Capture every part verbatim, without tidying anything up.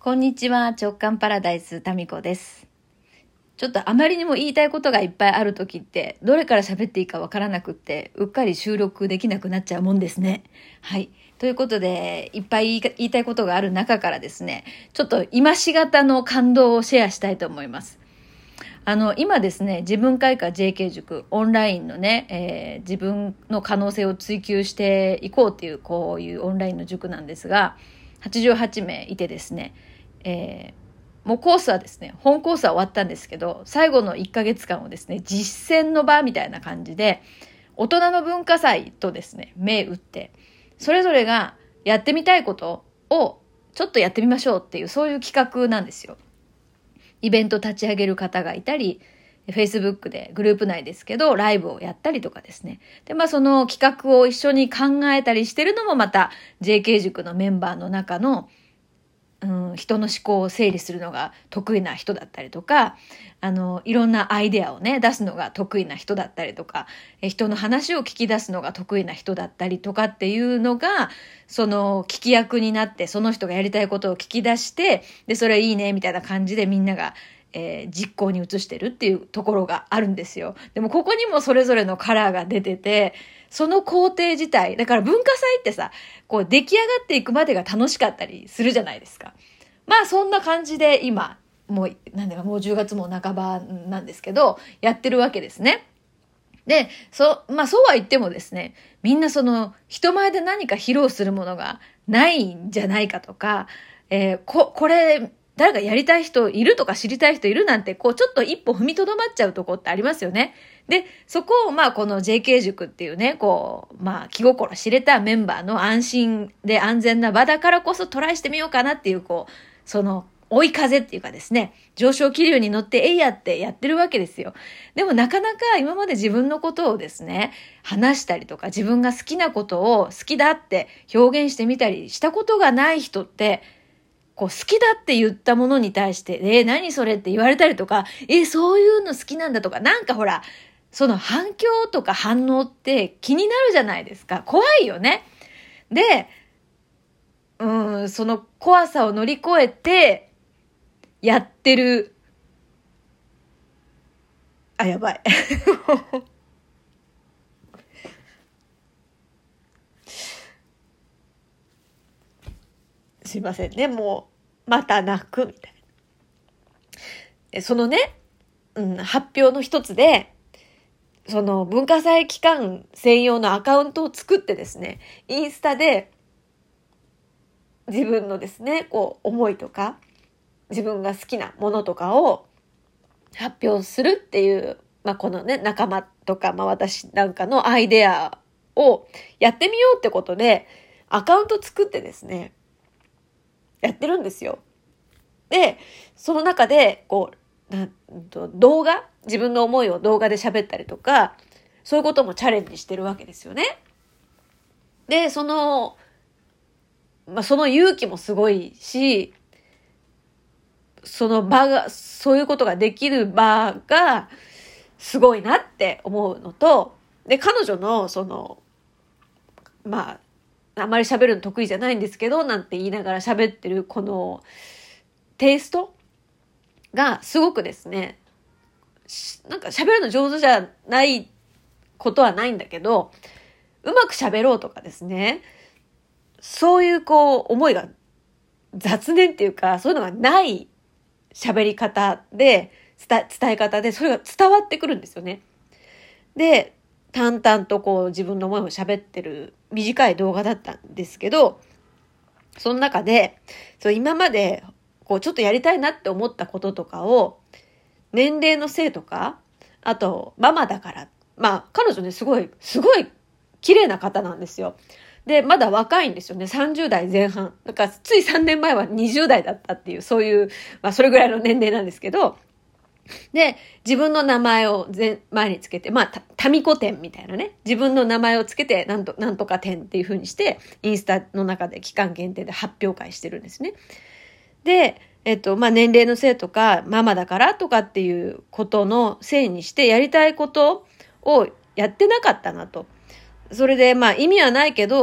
こんにちは、直感パラダイスタミコです。ちょっとあまりにも言いたいことがいっぱいあるときって、どれから喋っていいかわからなくって、うっかり収録できなくなっちゃうもんですね。はい。ということで、いっぱい言いたいことがある中からですね、ちょっと今しがたの感動をシェアしたいと思います。あの、今ですね、自分開花 ジェーケー 塾、オンラインのね、えー、自分の可能性を追求していこうっていう、こういうオンラインの塾なんですが、はちじゅうはちめいいてですね、えー、もうコースはですね、本コースは終わったんですけど、最後のいっかげつかんをですね、実践の場みたいな感じで、大人の文化祭とですね、銘打って、それぞれがやってみたいことをちょっとやってみましょうっていう、そういう企画なんですよ。イベント立ち上げる方がいたり、Facebook でグループ内ですけど、ライブをやったりとかですね。で、まあその企画を一緒に考えたりしてるのもまた ジェーケー 塾のメンバーの中のうん、人の思考を整理するのが得意な人だったりとか、あの、いろんなアイデアをね、出すのが得意な人だったりとか、え人の話を聞き出すのが得意な人だったりとかっていうのが、その聞き役になって、その人がやりたいことを聞き出して、で、それいいね、みたいな感じでみんなが、えー、実行に移してるっていうところがあるんですよ。でもここにもそれぞれのカラーが出てて、その工程自体、だから文化祭ってさ、こう出来上がっていくまでが楽しかったりするじゃないですか。まあそんな感じで今、もう、なんだかもうじゅうがつも半ばなんですけど、やってるわけですね。で、そ、まあそうは言ってもですね、みんなその人前で何か披露するものがないんじゃないかとか、えー、こ、これ、誰かやりたい人いるとか知りたい人いるなんて、こうちょっと一歩踏みとどまっちゃうとこってありますよね。で、そこをまあこの ジェーケー 塾っていうね、こう、まあ気心知れたメンバーの安心で安全な場だからこそトライしてみようかなっていう、こう、その追い風っていうかですね、上昇気流に乗ってえいやってやってるわけですよ。でもなかなか今まで自分のことをですね、話したりとか自分が好きなことを好きだって表現してみたりしたことがない人って、こう好きだって言ったものに対して、えー、何それって言われたりとか、えー、そういうの好きなんだとか、なんかほら、その反響とか反応って気になるじゃないですか。怖いよね。で、うん、その怖さを乗り越えてやってる。あ、やばい。すいませんね。もう、また泣くみたいな。そのね、うん、発表の一つで、その文化祭期間専用のアカウントを作ってですね、インスタで自分のですね、こう思いとか、自分が好きなものとかを発表するっていう、まあ、このね、仲間とか、まあ、私なんかのアイデアをやってみようってことで、アカウント作ってですね、やってるんですよ。で、その中で、こう、なんと動画、自分の思いを動画で喋ったりとか、そういうこともチャレンジしてるわけですよね。で、その、まあ、その勇気もすごいし、その場が、そういうことができる場がすごいなって思うのと、で、彼女のその、まあ、あまり喋るの得意じゃないんですけど、なんて言いながら喋ってるこのテイストがすごくですね、なんか喋るの上手じゃないことはないんだけど、うまく喋ろうとかですね、そういうこう思いが雑念っていうか、そういうのがない喋り方で、伝え方で、それが伝わってくるんですよね。で、淡々とこう自分の思いを喋ってる短い動画だったんですけど、その中で、そう今までこうちょっとやりたいなって思ったこととかを、年齢のせいとか、あとママだから、まあ彼女ねすごい、すごい綺麗な方なんですよ。で、まだ若いんですよね。さんじゅうだいぜん半。だからついさんねんまえはにじゅうだいだったっていう、そういう、まあそれぐらいの年齢なんですけど、で、自分の名前を前、前につけて、まあ、た、たみこ店みたいなね、自分の名前をつけて、なんと、なんとか店っていう風にして、インスタの中で期間限定で発表会してるんですね。で、えっと、まあ、年齢のせいとか、ママだからとかっていうことのせいにして、やりたいことをやってなかったなと。それで、まあ、意味はないけど、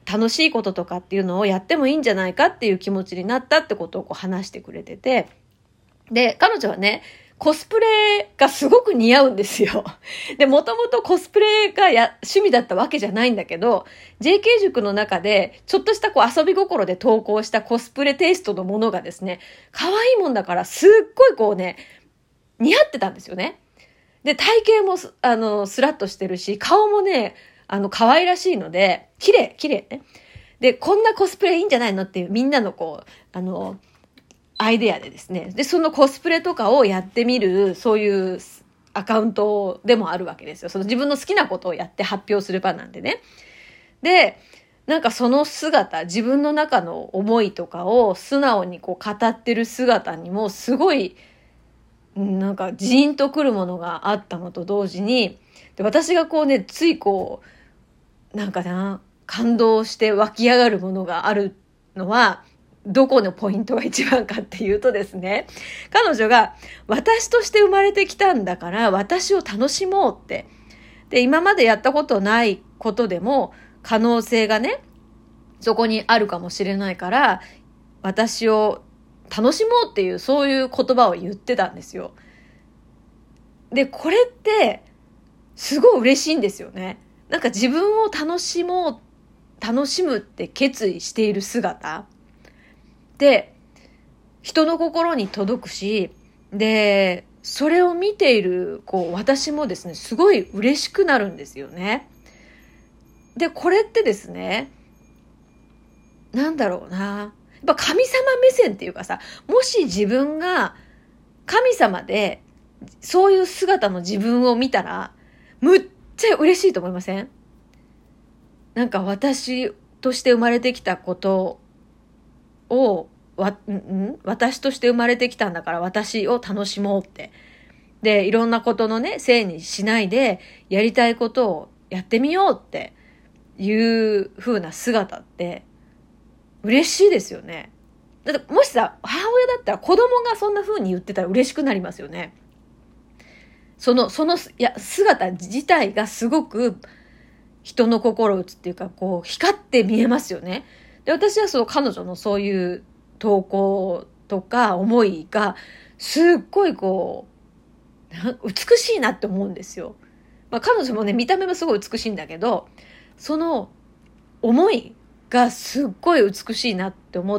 楽しいこととかっていうのをやってもいいんじゃないかっていう気持ちになったってことをこう話してくれてて、で、彼女はね、コスプレがすごく似合うんですよ。で、もともとコスプレがや趣味だったわけじゃないんだけど、ジェーケー 塾の中でちょっとしたこう遊び心で投稿したコスプレテイストのものがですね、可愛いもんだからすっごいこうね、似合ってたんですよね。で、体型もあのスラッとしてるし、顔もね、あの可愛らしいので、綺麗、綺麗ね。で、こんなコスプレいいんじゃないのっていうみんなのこう、あの、アイデアでですね。で、そのコスプレとかをやってみる、そういうアカウントでもあるわけですよ。その自分の好きなことをやって発表する場なんでね。で、なんかその姿、自分の中の思いとかを素直にこう語ってる姿にもすごい、なんかジーンとくるものがあったのと同時に、で私がこうね、ついこう、なんかな、感動して湧き上がるものがあるのは、どこのポイントが一番かっていうとですね、彼女が私として生まれてきたんだから私を楽しもうって。で、今までやったことないことでも可能性がね、そこにあるかもしれないから、私を楽しもうっていうそういう言葉を言ってたんですよ。で、これってすごい嬉しいんですよね。なんか自分を楽しもう、楽しむって決意している姿で人の心に届くし、でそれを見ているこう私もですね、すごい嬉しくなるんですよね。でこれってですね、なんだろうな、やっぱ神様目線っていうかさ、もし自分が神様でそういう姿の自分を見たらむっちゃ嬉しいと思いません？なんか私として生まれてきたことをわんん私として生まれてきたんだから私を楽しもうって。で、いろんなことのね、せいにしないでやりたいことをやってみようっていう風な姿って嬉しいですよね。だってもしさ、母親だったら子供がそんな風に言ってたら嬉しくなりますよね。その、その、いや、姿自体がすごく人の心を打つっていうか、こう、光って見えますよね。で、私はその彼女のそういう投稿とか思いが、すっごいこう、美しいなって思うんですよ。まあ彼女もね、見た目もすごい美しいんだけど、その思いがすっごい美しいなって思って、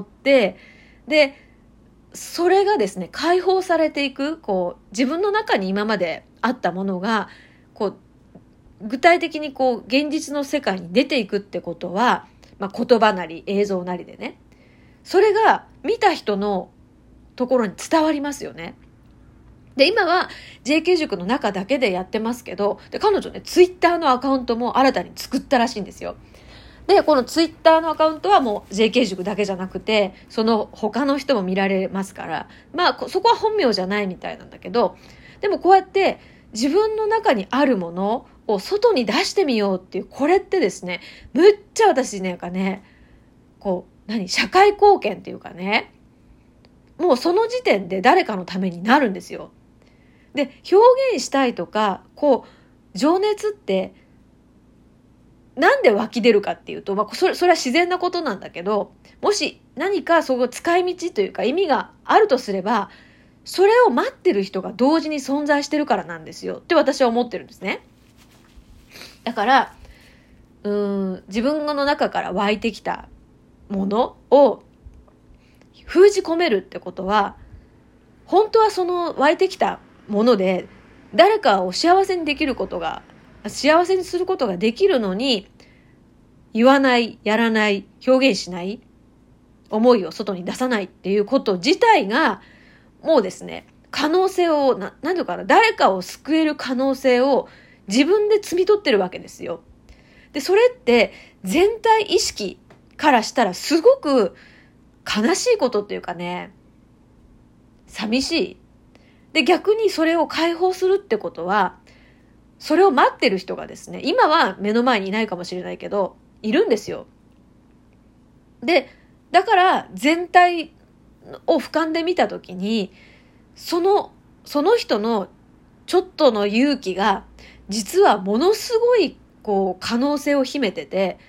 で、それがですね、解放されていく、こう、自分の中に今まであったものが、こう、具体的にこう現実の世界に出ていくってことは、まあ、言葉なり映像なりでね、それが見た人のところに伝わりますよね。で、今は ジェーケー 塾の中だけでやってますけど、で彼女ね、ツイッターのアカウントも新たに作ったらしいんですよ。で、このツイッターのアカウントはもう ジェーケー 塾だけじゃなくて、その他の人も見られますから、まあそこは本名じゃないみたいなんだけど、でもこうやって自分の中にあるものを外に出してみようっていう、これってですね、むっちゃ私ね、なんかね、こう、何、社会貢献っていうかね、もうその時点で誰かのためになるんですよ。で、表現したいとか、こう、情熱って、なんで湧き出るかっていうと、まあ、それ、それは自然なことなんだけど、もし何かその使い道というか意味があるとすれば、それを待ってる人が同時に存在してるからなんですよって私は思ってるんですね。だから、うーん、自分の中から湧いてきたものを封じ込めるってことは、本当はその湧いてきたもので誰かを幸せにできることが、幸せにすることができるのに、言わない、やらない、表現しない、思いを外に出さないっていうこと自体が、もうですね、可能性を、な、なんていうかな、誰かを救える可能性を自分で摘み取ってるわけですよ。で、それって全体意識からしたらすごく悲しいことっていうかね、寂しい。で、逆にそれを解放するってことは、それを待ってる人がですね、今は目の前にいないかもしれないけど、いるんですよ。で、だから全体を俯瞰で見たときに、その、その人のちょっとの勇気が、実はものすごいこう可能性を秘めてて、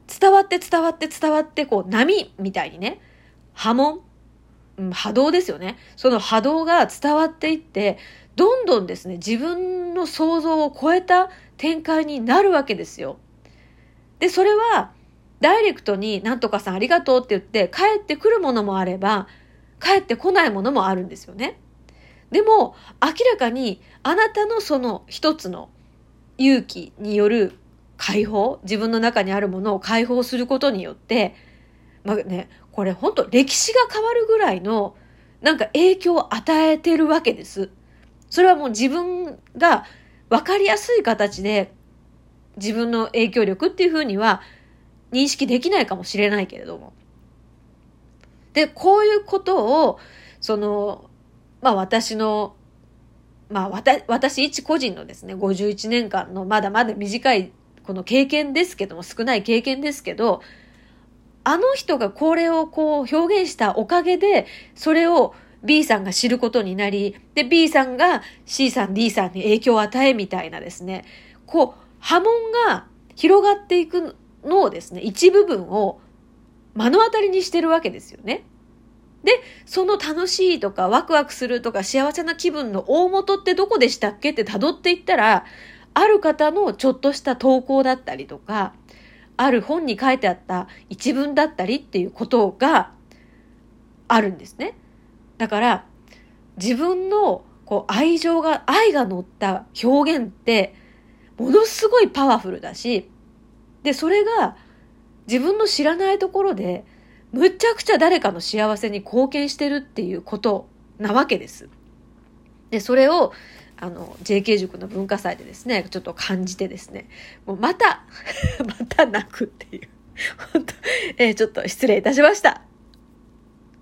伝わって伝わって伝わって、こう波みたいにね、波紋、うん、波動ですよね。その波動が伝わっていって、どんどんですね、自分の想像を超えた展開になるわけですよ。で、それは、ダイレクトになんとかさんありがとうって言って、帰ってくるものもあれば、帰ってこないものもあるんですよね。でも、明らかにあなたのその一つの勇気による解放、自分の中にあるものを解放することによって、まあね、これ本当歴史が変わるぐらいのなんか影響を与えてるわけです。それはもう自分が分かりやすい形で自分の影響力っていうふうには認識できないかもしれないけれども。で、こういうことを、その、まあ私の、まあ私、私一個人のですね、ごじゅういちねんかんのまだまだ短いこの経験ですけども、少ない経験ですけど、あの人がこれをこう表現したおかげで、それを B さんが知ることになり、で B さんが C さん D さんに影響を与えみたいなですね、こう波紋が広がっていくのをですね、一部分を目の当たりにしてるわけですよね。で、その楽しいとかワクワクするとか幸せな気分の大元ってどこでしたっけって辿っていったら、ある方のちょっとした投稿だったりとか、ある本に書いてあった一文だったりっていうことがあるんですね。だから自分のこう愛情が、愛が乗った表現ってものすごいパワフルだし、で、それが自分の知らないところでむちゃくちゃ誰かの幸せに貢献してるっていうことなわけです。で、それをあの ジェーケー 塾の文化祭でですね、ちょっと感じてですね、もうまたまた泣くっていう本当、えー、ちょっと失礼いたしました。